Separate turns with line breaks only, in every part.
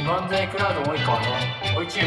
M&A クラウド及川の追いチュー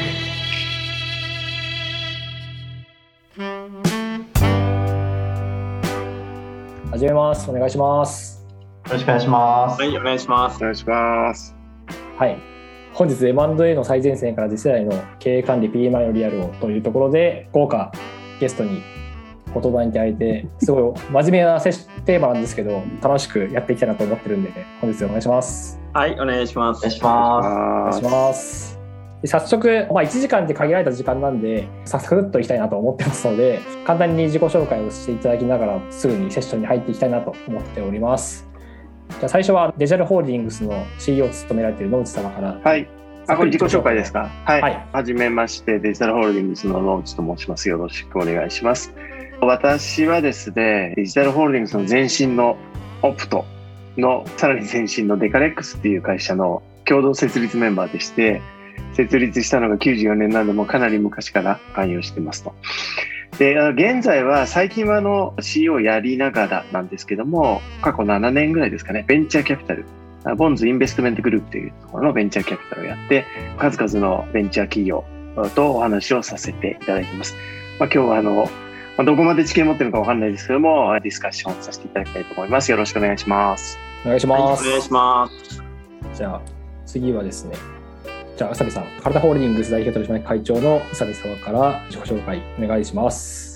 ブ。始めます。お願いします。
よろしくお願いします。
はい、お願いします。
お願いします。
はい。本日 M&A の最前線から次世代の経営管理 PMI のリアルをというところで豪華ゲストにご登壇いただいて、すごい真面目なテーマなんですけど楽しくやっていきたいなと思ってるんで、本日お願いします。
はい、お願いします。
お願いします。
お願いします。早速、1時間って限られた時間なんでサクッといきたいなと思ってますので、簡単に自己紹介をしていただきながらすぐにセッションに入っていきたいなと思っております。じゃあ最初はデジタルホールディングスの CEO を務められている野内様から。
はい。これ自己紹介ですか？はい。
はい、
はじめまして、デジタルホールディングスの野内と申します。よろしくお願いします。私はですね、デジタルホールディングスの前身のオプトのさらに前身のデカレックスっていう会社の共同設立メンバーでして、設立したのが94年なんで、もうかなり昔から関与してますと。で、現在は最近はCEO をやりながらなんですけども、過去7年ぐらいですかね、ベンチャーキャピタル、ボンズインベストメントグループというところのベンチャーキャピタルをやって、数々のベンチャー企業とお話をさせていただいています。今日はどこまで知見持ってるのかわかんないですけども、ディスカッションさせていただきたいと思います。よろしくお願いします。
お願いします。
はい、お願いします。
じゃあ次はですね、じゃあ宇佐美さん、カルタホールディングス代表取締役会長の宇佐美様から自己紹介お願いします。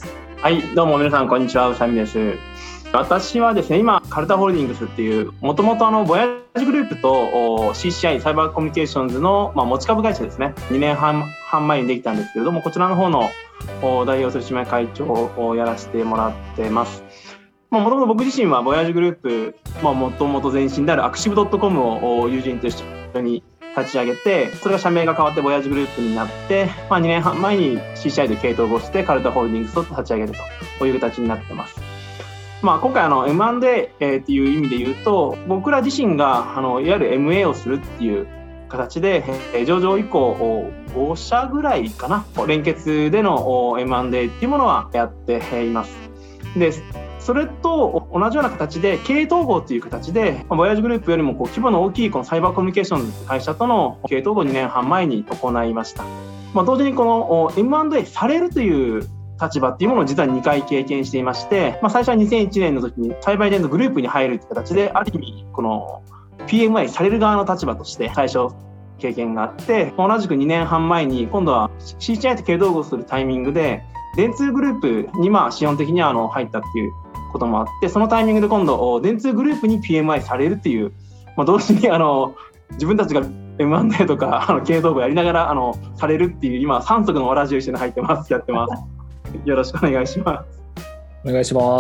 はい、どうも皆さんこんにちは、宇佐美です。私はですね、今カルタホールディングスっていうもともとボヤージグループと CCI サイバーコミュニケーションズの持ち株会社ですね、2年半前にできたんですけれども、こちらの方の代表取締役会長をやらせてもらってます。もともと僕自身はボヤージグループ、もともと前身であるアクシブ .com を友人と一緒に立ち上げて、それが社名が変わってボヤージグループになって、2年半前に CCI で系統をしてカルタホールディングスを立ち上げるという形になってます。今回M&A っていう意味で言うと、僕ら自身がいわゆる MA をするっていう形で上場以降5社ぐらいかな、連結での M&A っていうものはやっています。でそれと同じような形で経営統合という形でボヤージグループよりも規模の大きいこのサイバーコミュニケーションの会社との経営統合を2年半前に行いました。同時にこの M&A されるという立場っていうものを実は2回経験していまして、最初は2001年の時にサイバーエージェントグループに入るという形で、ある意味この PMI される側の立場として最初経験があって、同じく2年半前に今度は CCI と経営統合するタイミングで電通グループに資本的に入ったっていうこともあって、そのタイミングで今度電通グループに PMI されるっていう、同時に自分たちが M&A とか経営統合やりながらされるっていう、今3足のわらじを一緒に入ってます。やってますよろしくお願いします。
お願いします。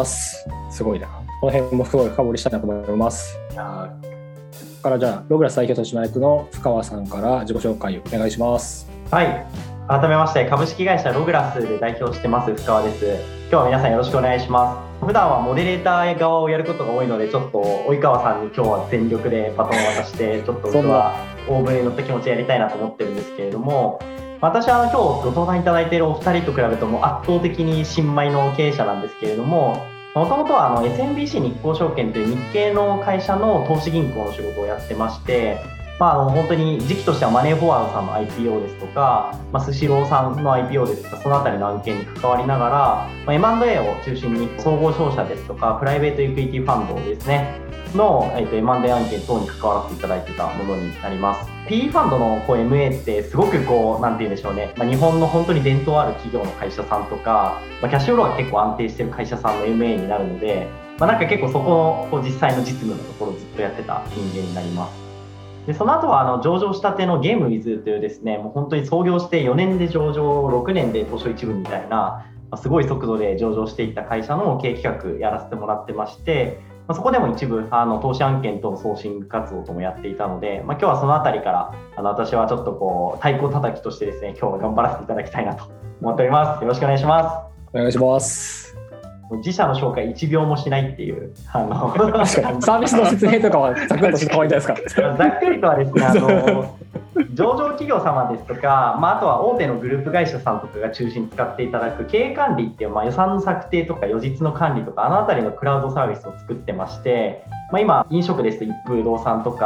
すごいな。この辺もすごい深掘りしたいなと思います。ここからじゃあログラス代表取締役の深川さんから自己紹介をお願いします。
はい。改めまして株式会社ログラスで代表してます深川です。今日は皆さんよろしくお願いします。普段はモデレーター側をやることが多いので、ちょっと及川さんに今日は全力でバトンを渡してちょっと僕は大船に乗った気持ちでやりたいなと思ってるんですけれども、私は今日ご登壇いただいているお二人と比べるともう圧倒的に新米の経営者なんですけれども、もともとはSMBC 日興証券という日系の会社の投資銀行の仕事をやってまして、本当に時期としてはマネーフォワードさんの IPO ですとか、スシローさんの IPO ですとか、そのあたりの案件に関わりながら、M&A を中心に総合商社ですとかプライベートエクイティファンドですねの M&A 案件等に関わらせていただいていたものになります。PE ファンドのMA ってすごくなんて言うんでしょうね、日本の本当に伝統ある企業の会社さんとか、キャッシュフローが結構安定している会社さんの MA になるので、なんか結構そこの実際の実務のところをずっとやってた人間になります。でその後は上場したてのゲームウィズというですね、もう本当に創業して4年で上場、6年で東証一部みたいな、すごい速度で上場していった会社の経営企画やらせてもらってまして、そこでも一部投資案件とのソーシング活動ともやっていたので、今日はそのあたりから私はちょっと太鼓叩きとしてですね、今日は頑張らせていただきたいなと思っております。よろしくお願いします。
お願いします。
自社の紹介1秒もしないっていう
確かにサービスの説明とかはざっくりとした方がいいんじゃないですか。
ざっくりとはですね、上場企業様ですとか、あとは大手のグループ会社さんとかが中心に使っていただく経営管理っていう、予算の策定とか予実の管理とか、あのあたりのクラウドサービスを作ってまして、今飲食ですと一風堂さんとか、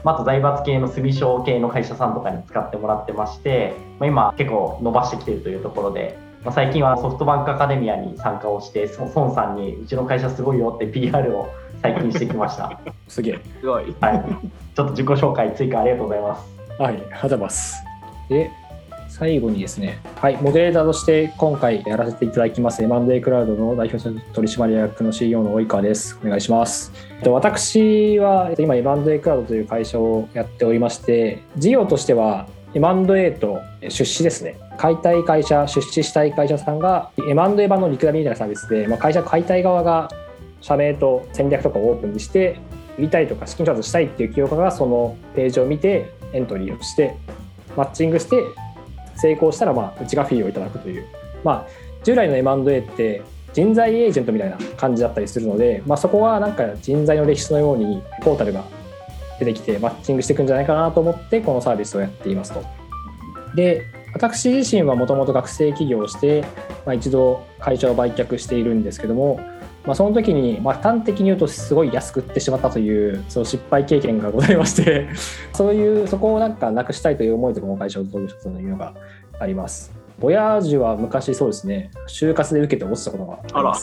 あと財閥系の住商系の会社さんとかに使ってもらってまして、今結構伸ばしてきているというところで、最近はソフトバンクアカデミアに参加をして、孫さんにうちの会社すごいよって PR を最近してきました
すげえ。
すごい。
はい、ちょっと自己紹介追加ありがとうございます。
はい、ありがとうございます。で、最後にですね、はい、モデレーターとして今回やらせていただきます M&A クラウドの代表取締役の CEO の及川です。お願いします。私は今 M&A クラウドという会社をやっておりまして、事業としては M&A と出資ですね。買いたい会社、出資したい会社さんが M&A 版のリクラビみたいなサービスで、会社買いたい側が社名と戦略とかをオープンにして売りたいとか資金調達したいっていう企業家がそのページを見てエントリーをしてマッチングして成功したらうちがフィーをいただくという、従来の M&A って人材エージェントみたいな感じだったりするので、そこはなんか人材の歴史のようにポータルが出てきてマッチングしていくんじゃないかなと思ってこのサービスをやっていますと。で、私自身はもともと学生起業をして、一度会社を売却しているんですけども、その時に、端的に言うとすごい安く売ってしまったというその失敗経験がございましてそこをなんかなくしたいという思いでこの会社を登場したというのがあります。ボヤージュは昔そうですね、就活で受けて落ちたことがあります。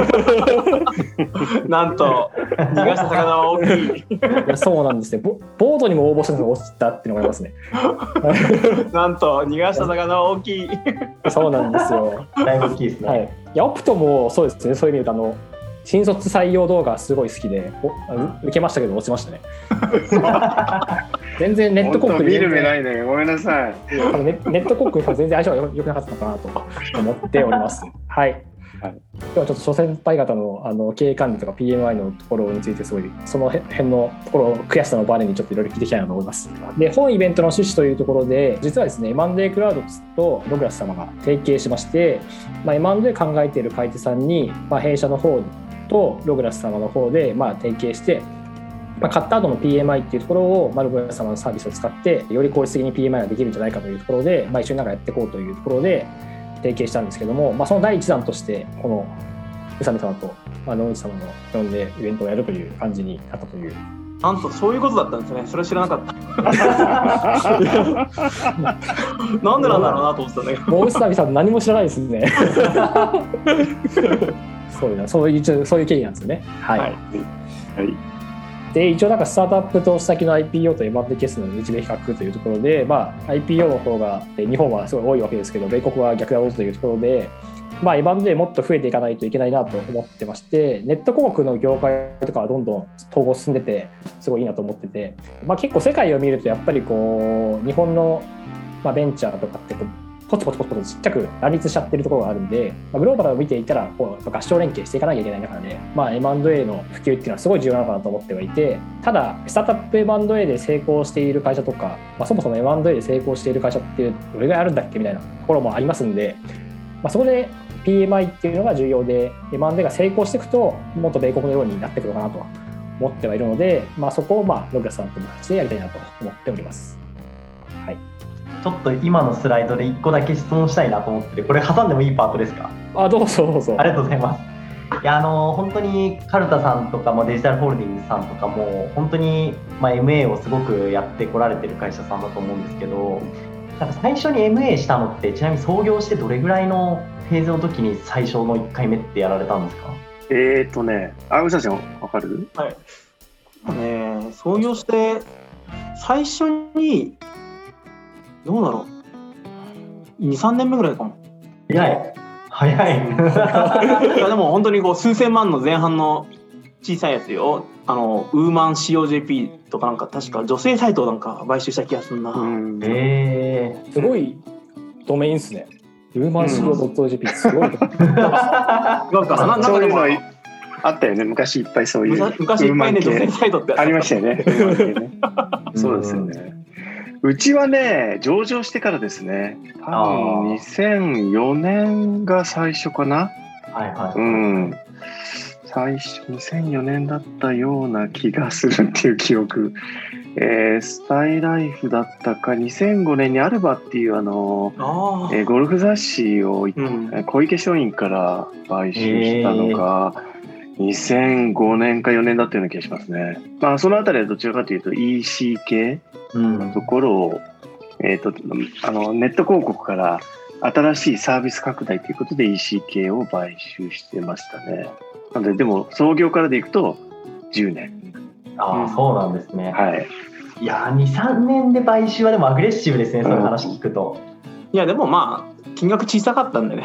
なんと逃がした魚は大きい。い
や、そうなんですね。ボードにも応募したのが落ちたっていうのがありますね。
なんと逃がした魚は大きい。
そうなんですよ。
だいぶ大きいですね。
はい。いや、オプトもそうですね。そういう意味で言うと新卒採用動画すごい好きで受けましたけど落ちましたね。全然ネット広告
見る目ないね。ごめんなさい。
ネット広告に全然相性が良くなかったのかなと思っております。はい。今日はちょっと諸先輩方の経営管理とか PMI のところについてすごいその辺のところ悔しさのバネにちょっといろいろ聞いていきたいなと思います。で、本イベントの趣旨というところで実はですね M&A クラウドとログラス様が提携しまして、M&A 考えている買い手さんに、弊社の方とログラス様の方で提携して、買った後の PMI っていうところをログラス様のサービスを使ってより効率的に PMI ができるんじゃないかというところで、一緒にやっていこうというところで提携したんですけども、その第一弾としてこの宇佐美様と野口様の呼んでイベントをやるという感じになったという。
なんとそういうことだったんですね。それ知らなかった。なんでなんだろうなと思ってたんだけど。
もう宇佐美さん何も知らないですね。そういう経緯なんですよね。はい。はい。で、一応スタートアップ投資先の IPO と M&A ケースの日米比較というところで、IPO の方が日本はすごい多いわけですけど、米国は逆だろうというところで、M&A もっと増えていかないといけないなと思ってまして、ネット広告の業界とかはどんどん統合進んでてすごいいいなと思ってて、結構世界を見るとやっぱりこう日本のベンチャーとかってポツポツちっちゃく乱立しちゃってるところがあるんで、グローバルを見ていたら合唱連携していかなきゃいけない中で、M&A の普及っていうのはすごい重要なのかなと思ってはいて、ただスタートアップ M&A で成功している会社とか、そもそも M&A で成功している会社ってどれぐらいあるんだっけみたいなところもありますんで、そこで PMI っていうのが重要で M&A が成功していくともっと米国のようになってくるかなと思ってはいるので、そこをログラスさんとの形でやりたいなと思っております。はい。
ちょっと今のスライドで1個だけ質問したいなと思ってて、これ挟んでもいいパートですか？
どうぞどうぞ。
ありがとうございます。いや、本当にカルタさんとかデジタルホールディングスさんとかも本当にMA をすごくやってこられてる会社さんだと思うんですけど、最初に MA したのってちなみに創業してどれぐらいのフェーズの時に最初の1回目ってやられたんですか？
宇佐ちゃん分かる？
はい。創業して最初にどうだろう、2、3年目ぐらいかも。
早い。
いやでも本当に数千万の前半の小さいやつよ。ウーマン COJP とか確か女性サイト買収した気がするな。
すごいドメインですね。ウーマン CO.jp すごい。
そういうのあったよね。昔いっぱいそういう。
昔いっぱいね、女性サイトって
ありましたよね。そうですよね。うちはね、上場してからですね。多分2004年が最初かな。最初2004年だったような気がするっていう記憶。スタイライフだったか2005年にアルバっていうゴルフ雑誌を小池書院から買収したのが 2005年か4年だったような気がしますね。まあそのあたりはどちらかというと EC 系のところを、ネット広告から新しいサービス拡大ということで EC 系を買収してましたね。なのででも創業からでいくと10年。
ああ、そうなんですね。
はい。
いやー、2、3年で買収はでもアグレッシブですね、そういう話聞くと。
いやでもまあ金額小さかったんでね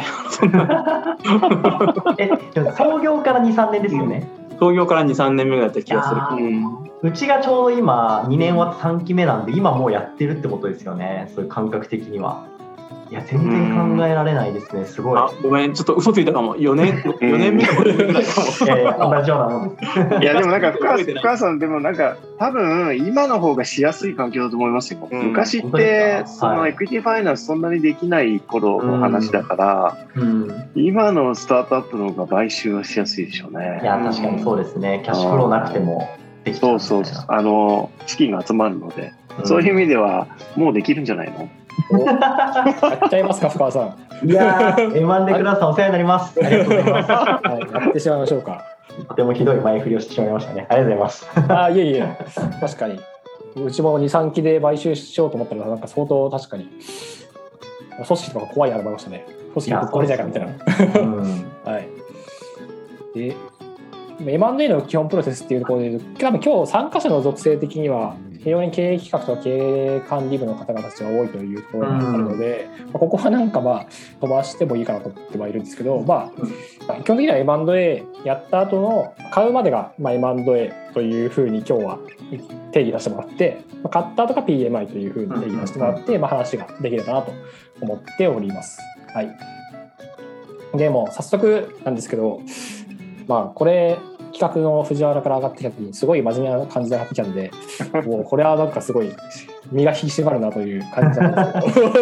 でも創業から2、3年ですよね。
創業から2、3年目だった気がする。
うちがちょうど今2年終わって3期目なんで、今もうやってるってことですよね、そういう感覚的には。いや全然考えられないですね。すごい。
あ、ごめん、ちょっと嘘ついたかも。4年目か5年目ぐらいかも。
同じようなもんです。
いやでもなんか深川さんでもなんか多分今の方がしやすい環境だと思いますよ。昔ってそのエクイティファイナンスそんなにできない頃の話だから、今のスタートアップの方が買収はしやすいでしょうね。
いや確かにそうですね。キャッシュフローなくてもできちゃう。
そう資金が集まるので、そういう意味ではもうできるんじゃないの。
やっちゃいますか、深川さん。
いやー、M&A クラスさんお世話になります。ありがとうございます。
はい、やってしまいましょうか。
とてもひどい前振りをしてしまいましたね。ありがとうございます。
いえいえ、確かに。うちも2、3期で買収しようと思ったら、なんか相当確かに、組織とか怖いなと思いましたね。組織ぶっ壊れちゃうかみたいな。はい。で、M&A の基本プロセスっていうところで、多分今日参加者の属性的には、非常に経営企画とか経営管理部の方々たちが多いというところがあるので、ここはなんか飛ばしてもいいかなと思ってはいるんですけど、基本的には M&A やった後の買うまでがM&A というふうに今日は定義出してもらって、買った後が PMI というふうに定義出してもらって、話ができればなと思っております。はい。でも早速なんですけど、これ企画の藤原から上がってきた時にすごい真面目な感じで上がってきたんで、もうこれはなんかすごい身が引き締まるなという感じなんですけど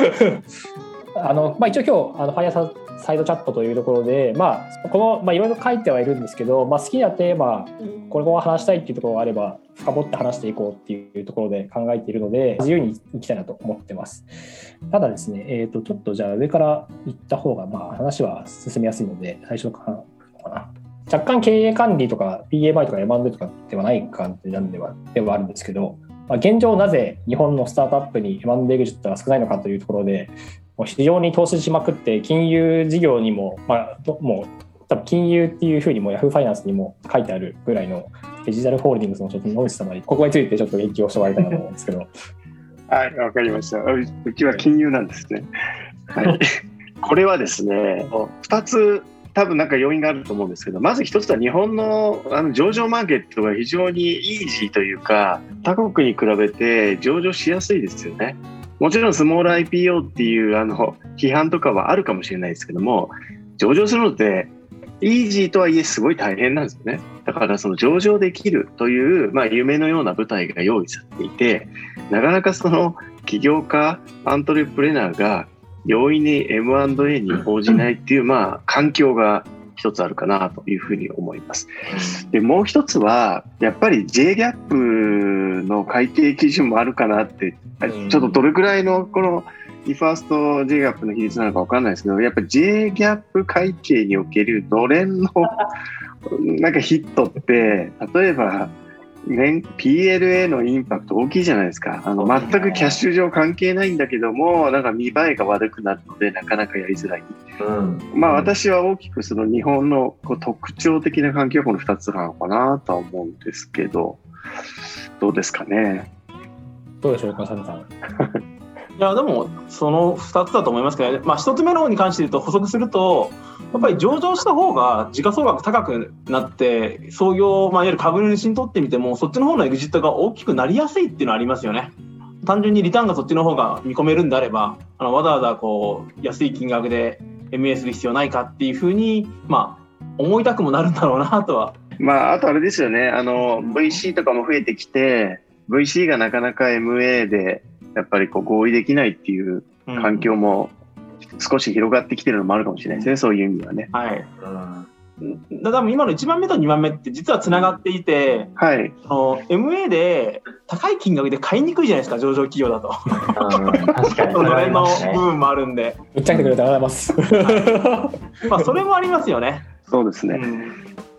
一応今日ファイヤーサイドチャットというところで、このいろいろ書いてはいるんですけど、好きなテーマこれを話したいっていうところがあれば深掘って話していこうっていうところで考えているので、自由にいきたいなと思ってます。ただですね、ちょっとじゃあ上から行った方が話は進みやすいので、最初から若干経営管理とか PMI とか M&A とかではない感じではあるんですけど、現状なぜ日本のスタートアップに M&A グジェットが少ないのかというところで、非常に投資しまくって金融事業にも、もう多分金融っていうふうにも Yahoo ファイナンスにも書いてあるぐらいのデジタルホールディングスのちょっと野口様にここについてちょっと言及をしてもらいたいなと思うんですけど。
はい、わかりました。うちは金融なんですね。はい、これはですね、2つ多分なんか要因があると思うんですけど、まず一つは日本の上場マーケットが非常にイージーというか、他国に比べて上場しやすいですよね。もちろんスモール IPO っていう批判とかはあるかもしれないですけども、上場するのってイージーとはいえすごい大変なんですよね。だからその上場できるという、夢のような舞台が用意されていて、なかなかその起業家アントレプレナーが容易に M&A に応じないっていう環境が一つあるかなというふうに思います。でもう一つはやっぱり J-GAAP の改定基準もあるかなって、ちょっとどれくらいのこのリファースト J-GAAP の比率なのか分かんないですけど、やっぱり J-GAAP 会計におけるのれんのなんかヒットって例えばPLA のインパクト大きいじゃないですか。全くキャッシュ上関係ないんだけども、なんか見栄えが悪くなるのでなかなかやりづらい。私は大きくその日本の特徴的な環境はこの2つなのかなとは思うんですけど、どうですかね。
どうでしょうか、サムさん。
いやでもその2つだと思いますけど、1つ目の方に関して言うと補足すると、やっぱり上場した方が時価総額高くなって創業、いわゆる株主にとってみてもそっちの方のエグジットが大きくなりやすいっていうのはありますよね。単純にリターンがそっちの方が見込めるんであれば、わざわざ安い金額で MA する必要ないかっていうふうに思いたくもなるんだろうなとは。
あとあれですよね、VC とかも増えてきて VC がなかなか MA でやっぱり合意できないっていう環境も少し広がってきてるのもあるかもしれないですね、そういう意味はね。
はい。多分今の1番目と2番目って実はつながっていて、MA で高い金額で買いにくいじゃないですか、上場企業だと。
確かに
それの部分もあるんで。
言っちゃってくれてありがとうございます。
それもありますよね。
そうですね。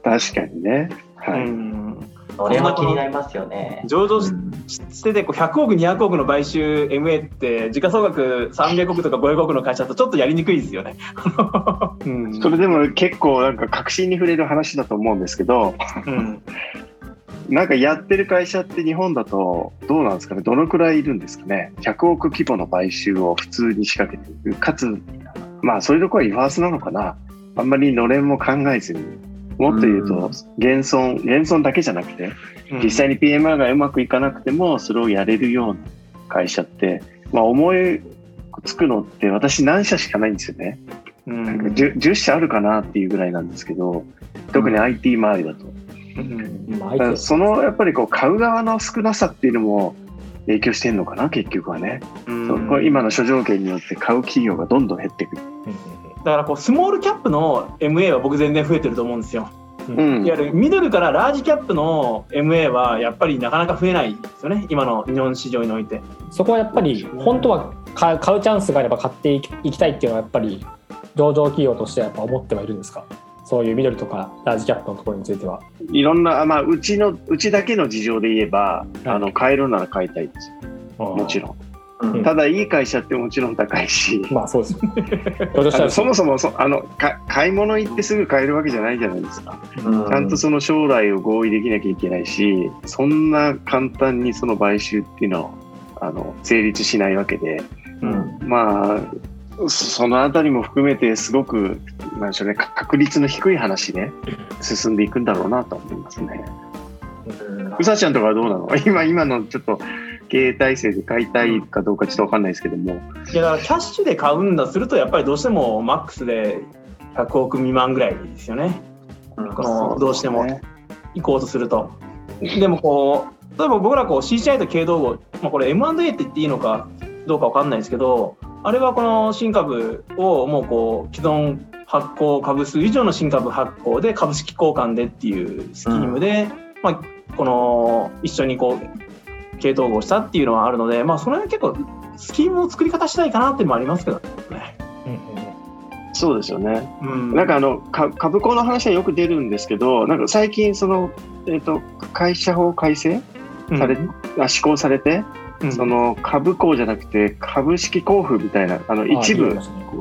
確かにね。はい。
それは気になりますよね。
上場してて100億200億の買収 MA って時価総額300億とか500億の会社だとちょっとやりにくいですよね。
それでも結構なんか確信に触れる話だと思うんですけど、なんかやってる会社って日本だとどうなんですかね。どのくらいいるんですかね。100億規模の買収を普通に仕掛けている。かつまあそういうところはリファースなのかな。あんまりのれんも考えずに。もっと言うと減損だけじゃなくて、実際に PMI がうまくいかなくてもそれをやれるような会社って、まあ、思いつくのって私何社しかないんですよね。10社あるかなっていうぐらいなんですけど、特に IT 周りだと、そのやっぱりこう買う側の少なさっていうのも影響してるのかな、結局はね。これ今の諸条件によって買う企業がどんどん減ってくる。
だからこうスモールキャップの MA は僕全然増えてると思うんですよ。いわゆるミドルからラージキャップの MA はやっぱりなかなか増えないですよね、今の日本市場において。
そこはやっぱり本当は買うチャンスがあれば買っていきたいっていうのはやっぱり上場企業としてはやっぱ思ってはいるんですか。そういうミドルとかラージキャップのところについては。
いろんな、まあ、うちだけの事情で言えば、買えるなら買いたいです。もちろん。ただいい会社ってもちろん高いし、
まあそうですよ
そもそも買い物行ってすぐ買えるわけじゃないじゃないですか。ちゃんとその将来を合意できなきゃいけないし、そんな簡単にその買収っていうのは成立しないわけで、まあそのあたりも含めてすごくなんでしょうね、確率の低い話で進んでいくんだろうなと思いますね。うさちゃんとかはどうなの？今のちょっと経営体制で買いたいかどうかちょっと分かんないですけども。
いやだからキャッシュで買うんだするとやっぱりどうしてもマックスで100億未満ぐらいですよね。どうしても行こうとすると。でもこう例えば僕らこう CCI と経統合、これ M&A って言っていいのかどうか分かんないですけど、あれはこの新株をもうこう既存発行株数以上の新株発行で株式交換でっていうスキームで、この一緒にこう経統合したっていうのはあるので、その辺結構スキームの作り方次第かなっていうのもありますけどね。
そうですよね。なんか株高の話はよく出るんですけど、なんか最近その会社法改正され、施行されて、その株高じゃなくて株式交付みたいな一部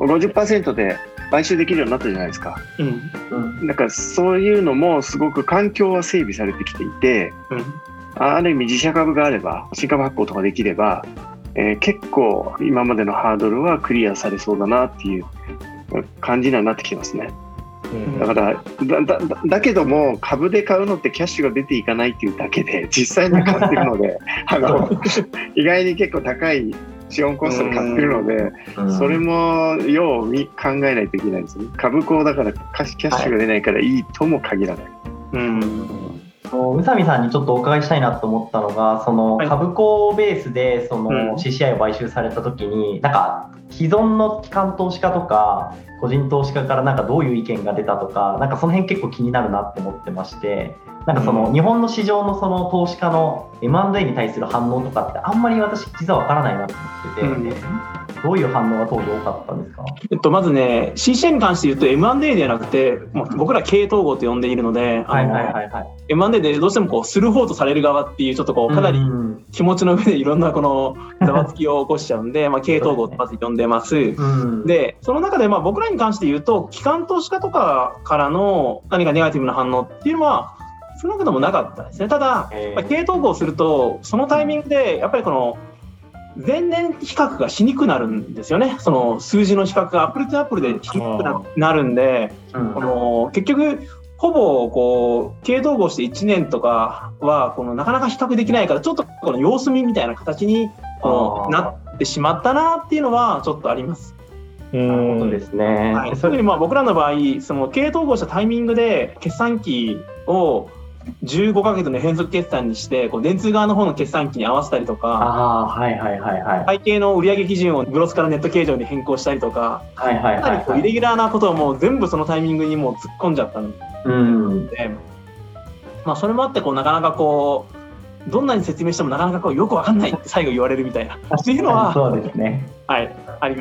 50% で買収できるようになったじゃないですか。だからそういうのもすごく環境は整備されてきていて、ある意味自社株があれば新株発行とかできれば、結構今までのハードルはクリアされそうだなっていう感じにはなってきてますね。だからだけども株で買うのってキャッシュが出ていかないっていうだけで実際に買ってるので意外に結構高い資本コストで買ってるので、それもよう考えないといけないですね。株高だからキャッシュが出ないからいいとも限らない。
宇佐美さんにちょっとお伺いしたいなと思ったのが、その株高ベースでその CCI を買収された時に、なんか既存の機関投資家とか個人投資家からなんかどういう意見が出たとか、なんかその辺結構気になるなって思ってまして、なんかその日本の市場のその投資家の M&A に対する反応とかってあんまり私実は分からないなと思ってて、どういう反応が当時多かったんですか？
まずね CCI に関して言うと M&A ではなくて、僕ら経営統合と呼んでいるので、M&A でどうしてもこうする方とされる側っていうちょっとこうかなり気持ちの上でいろんなこのざわつきを起こしちゃうんで、経営統合とまず呼んでます。でその中で僕らに関して言うと機関投資家とかからの何かネガティブな反応っていうのは少なくともなかったですね。ただ、経営統合するとそのタイミングでやっぱりこの前年比較がしにくくなるんですよね。その数字の比較がアップルとアップルでしにくくなるんで、結局ほぼこう経営統合して1年とかはこのなかなか比較できないから、ちょっとこの様子見みたいな形になってしまったなっていうのはちょっとあります。
なるほどですね。
特に僕らの場合その経営統合したタイミングで決算期を15ヶ月の変則決算にしてこう電通側の方の決算期に合わせたりとか、会計の売上基準をグロスからネット計上に変更したりとか、かなりこうイレギュラーなことをもう全部そのタイミングにもう突っ込んじゃったので、それもあってこうなかなかこうどんなに説明してもなかなかこうよくわかんないって最後言われるみたいなっていうのは
そうですね。
ありました。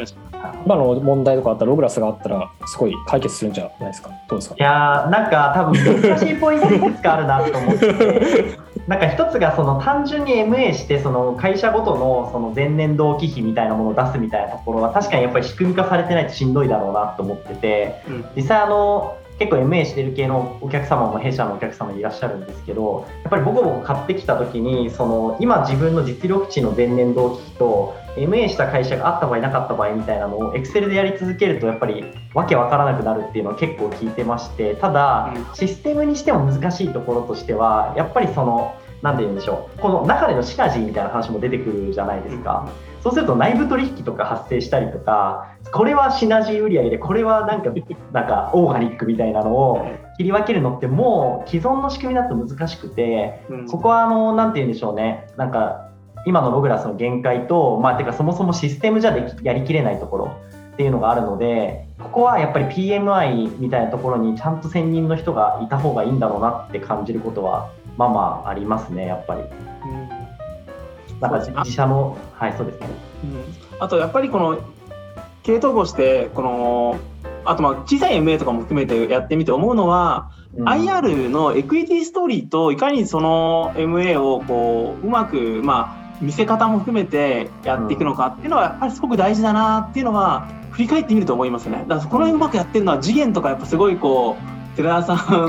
今の問題とかあったらログラスがあったらすごい解決するんじゃないですか。どうですか。
いやーなんか多分難しいポイントいくつかあるなと思っててなんか一つがその単純に MA してその会社ごとのその前年同期費みたいなものを出すみたいなところは確かにやっぱり仕組み化されてないとしんどいだろうなと思ってて、実際結構 MA してる系のお客様も弊社のお客様いらっしゃるんですけど、やっぱり僕買ってきた時にその今自分の実力値の前年同期費と MA した会社があった場合なかった場合みたいなのを Excel でやり続けるとやっぱりわけわからなくなるっていうのは結構聞いてまして、ただシステムにしても難しいところとしてはやっぱりそのなんて言うんでしょう、この中でのシナジーみたいな話も出てくるじゃないですか。そうすると内部取引とか発生したりとか、これはシナジー売上でこれはなんかオーガニックみたいなのを切り分けるのってもう既存の仕組みだと難しくて、そこはなんて言うんでしょうね、なんか今のログラスの限界と、てかそもそもシステムじゃやりきれないところっていうのがあるので、ここはやっぱり PMI みたいなところにちゃんと専任の人がいた方がいいんだろうなって感じることはありますね、やっぱり。なんか自社の、そうですね。
あとやっぱりこの経営統合してあと小さい MA とかも含めてやってみて思うのは、IR のエクイティストーリーといかにその MA をうまく見せ方も含めてやっていくのかっていうのはやっぱりすごく大事だなっていうのは振り返ってみると思いますね。だからこの辺うまくやってるのは次元とかやっぱすごい寺田さん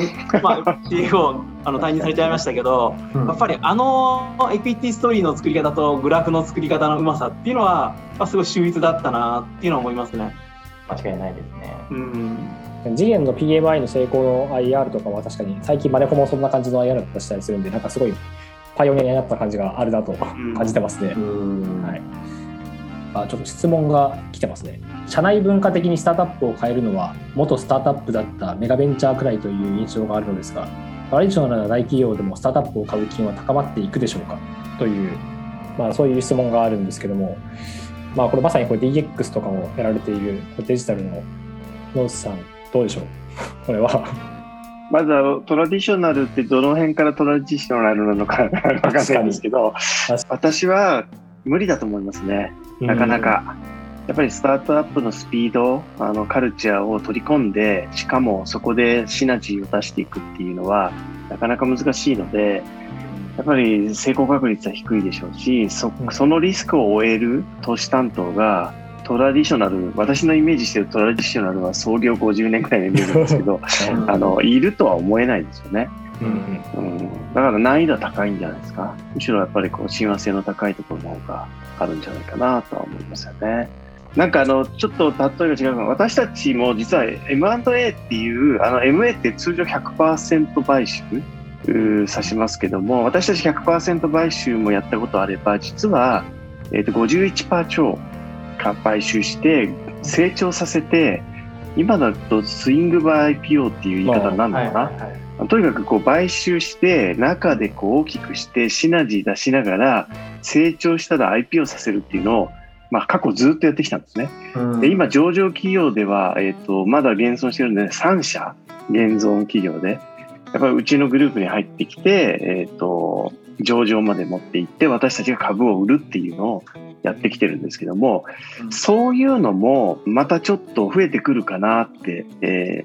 CEO 退任されちゃいましたけど、やっぱりエクイティストーリーの作り方とグラフの作り方のうまさっていうのはすごい秀逸だったなっていうのは思いますね。
間違いないですね。
次元の PMI の成功の IR とかは確かに最近マネコもそんな感じの IR だったりしたりするんで、なんかすごいパイオニアになった感じがあるなと感じてますね。ちょっと質問が来てますね。社内文化的にスタートアップを変えるのは元スタートアップだったメガベンチャーくらいという印象があるのですが、トラディショナルな大企業でもスタートアップを買う機運は高まっていくでしょうかという、そういう質問があるんですけども、これまさにDX とかをやられているデジタルのノースさんどうでしょうこれは。
まずトラディショナルってどの辺からトラディショナルなのか分かんないんですけど、私は無理だと思いますね。なかなかやっぱりスタートアップのスピード、カルチャーを取り込んで、しかもそこでシナジーを出していくっていうのはなかなか難しいので、やっぱり成功確率は低いでしょうし、そのリスクを負える投資担当がトラディショナル、私のイメージしているトラディショナルは創業50年くらいのイメージなんですけどいるとは思えないですよね。だから難易度は高いんじゃないですか。むしろやっぱり親和性の高いところの方があるんじゃないかなとは思いますよね。なんかちょっと例えが違うのは、私たちも実は M&A っていうMA って通常 100% 買収指しますけども、私たち 100% 買収もやったことあれば、実は、51% 超買収して成長させて、今だとスイングバイ IPO っていう言い方になるのかな。とにかく買収して中で大きくしてシナジー出しながら成長したら IPO させるっていうのを過去ずっとやってきたんですね。で今上場企業では、まだ現存してるんで3社現存企業でやっぱりうちのグループに入ってきて、上場まで持っていって私たちが株を売るっていうのをやってきてるんですけども、そういうのもまたちょっと増えてくるかなって、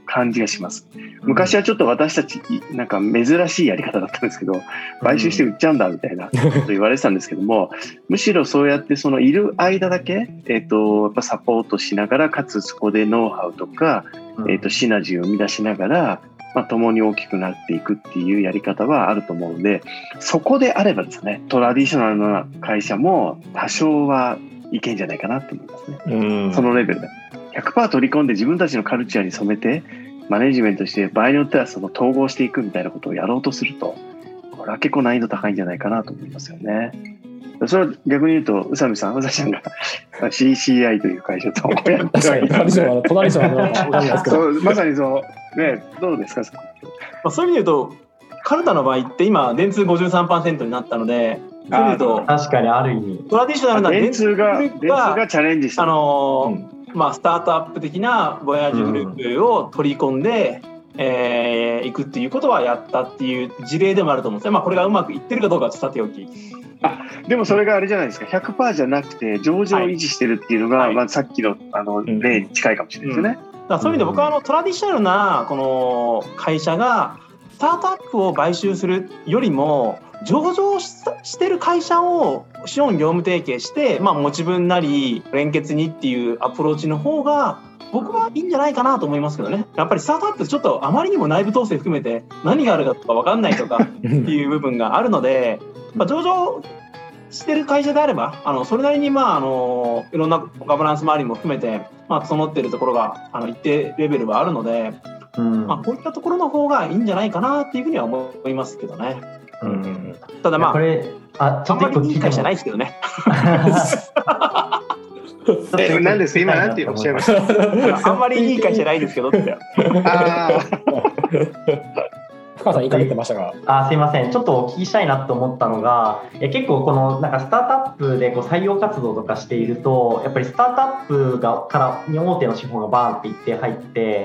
感じがします。昔はちょっと私たちなんか珍しいやり方だったんですけど、買収して売っちゃうんだみたいなこと言われてたんですけども、むしろそうやってそのいる間だけ、やっぱサポートしながら、かつそこでノウハウとか、シナジーを生み出しながら、共に大きくなっていくっていうやり方はあると思うので、そこであればですね、トラディショナルな会社も多少はいけんじゃないかなと思いますね。そのレベルで 100% 取り込んで自分たちのカルチャーに染めてマネジメントして、場合によってはその統合していくみたいなことをやろうとすると、これは結構難易度高いんじゃないかなと思いますよね。それは逆に言うと宇佐美さんが CCI という会社とやってるわけですね。
隣さんは分かんないですけど、
まさにそうね。どうですか。
そういう意味で言うとカルタの場合って今電通 53% になったので、そういう意味で言うと
確かにある意味
トラディショナルな
電通がチャレンジした
スタートアップ的なボヤージュグループを取り込んで、行くっていうことはやったっていう事例でもあると思うんですね。これがうまくいってるかどうかはさておき、
でもそれがあれじゃないですか、100% じゃなくて上場を維持してるっていうのが、
はい
まあ、さっきの例に近いかもしれないですよね。
だからそういう意味で僕はトラディショナルなこの会社がスタートアップを買収するよりも上場してる会社を資本業務提携して、まあ、持ち分なり連結にっていうアプローチの方が僕はいいんじゃないかなと思いますけどね。やっぱりスタートアップちょっとあまりにも内部統制含めて何があるかとか分かんないとかっていう部分があるので、まあ、上場してる会社であればそれなりにまあいろんなガバナンス周りも含めてまあ整っているところが一定レベルはあるので、まあ、こういったところの方がいいんじゃないかなっていうふうには思いますけどね。ただまあ
これあんまりいい会社じゃない
ですけどね。
何ですか今なんておっしゃいました？
あんまりいい会社じゃないですけどって。
深川さん言いかけてましたが。
すいません。ちょっとお聞きしたいなと思ったのが、結構このなんかスタートアップでこう採用活動とかしていると、やっぱりスタートアップからに大手の資本がバーンっていって入って、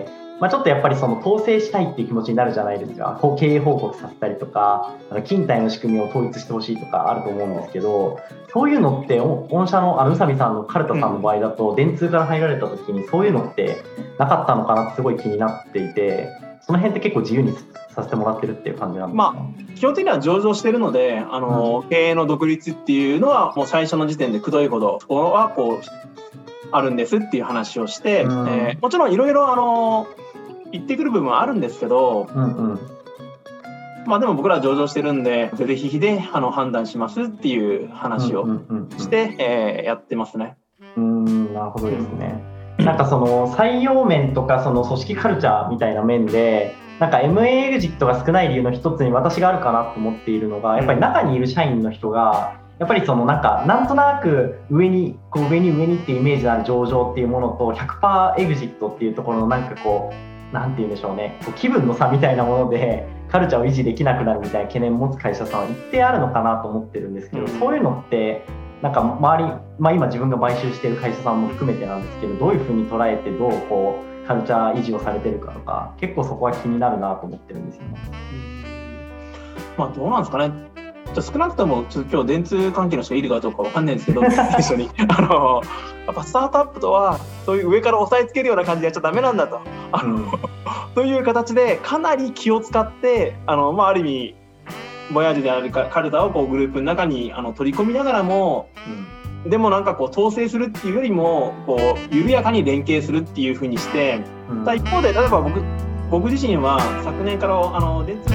まあ、ちょっとやっぱりその統制したいっていう気持ちになるじゃないですか。経営報告させたりとか、勤怠の仕組みを統一してほしいとかあると思うんですけど、そういうのって御社の宇佐美さんのカルタさんの場合だと、電通から入られた時にそういうのってなかったのかなってすごい気になっていて、その辺って結構自由にさせてもらってるっていう感じなんですか？
まあ、基本的には上場してるので経営の独立っていうのはもう最初の時点でくどいほどここはこうあるんですっていう話をして、もちろんいろいろ言ってくる部分はあるんですけど、まあ、でも僕らは上場してるんで是々非々で判断しますっていう話をしてやってますね。
なるほどですね。なんかその採用面とかその組織カルチャーみたいな面でなんか MA エグジットが少ない理由の一つに私があるかなと思っているのが、やっぱり中にいる社員の人がやっぱりそのなんとなく上にっていうイメージのある上場っていうものと 100% エグジットっていうところのなんかこうなんて言うんでしょうね、気分の差みたいなものでカルチャーを維持できなくなるみたいな懸念を持つ会社さんは一定あるのかなと思ってるんですけど、そういうのってなんか周り、まあ、今自分が買収している会社さんも含めてなんですけど、どういうふうに捉えてどうこうカルチャー維持をされてるかとか、結構そこは気になるなと思ってるんですよね。
まあどうなんですかね。少なくとも今日電通関係の人がいるかどうかわかんないんですけど一緒にやっぱスタートアップとはそういう上から押さえつけるような感じでやっちゃダメなんだとという形でかなり気を使ってまあ、ある意味ボヤージュであるカルタをこうグループの中に取り込みながらも、でもなんかこう統制するっていうよりもこう緩やかに連携するっていう風にして、一方で例えば僕自身は昨年から電通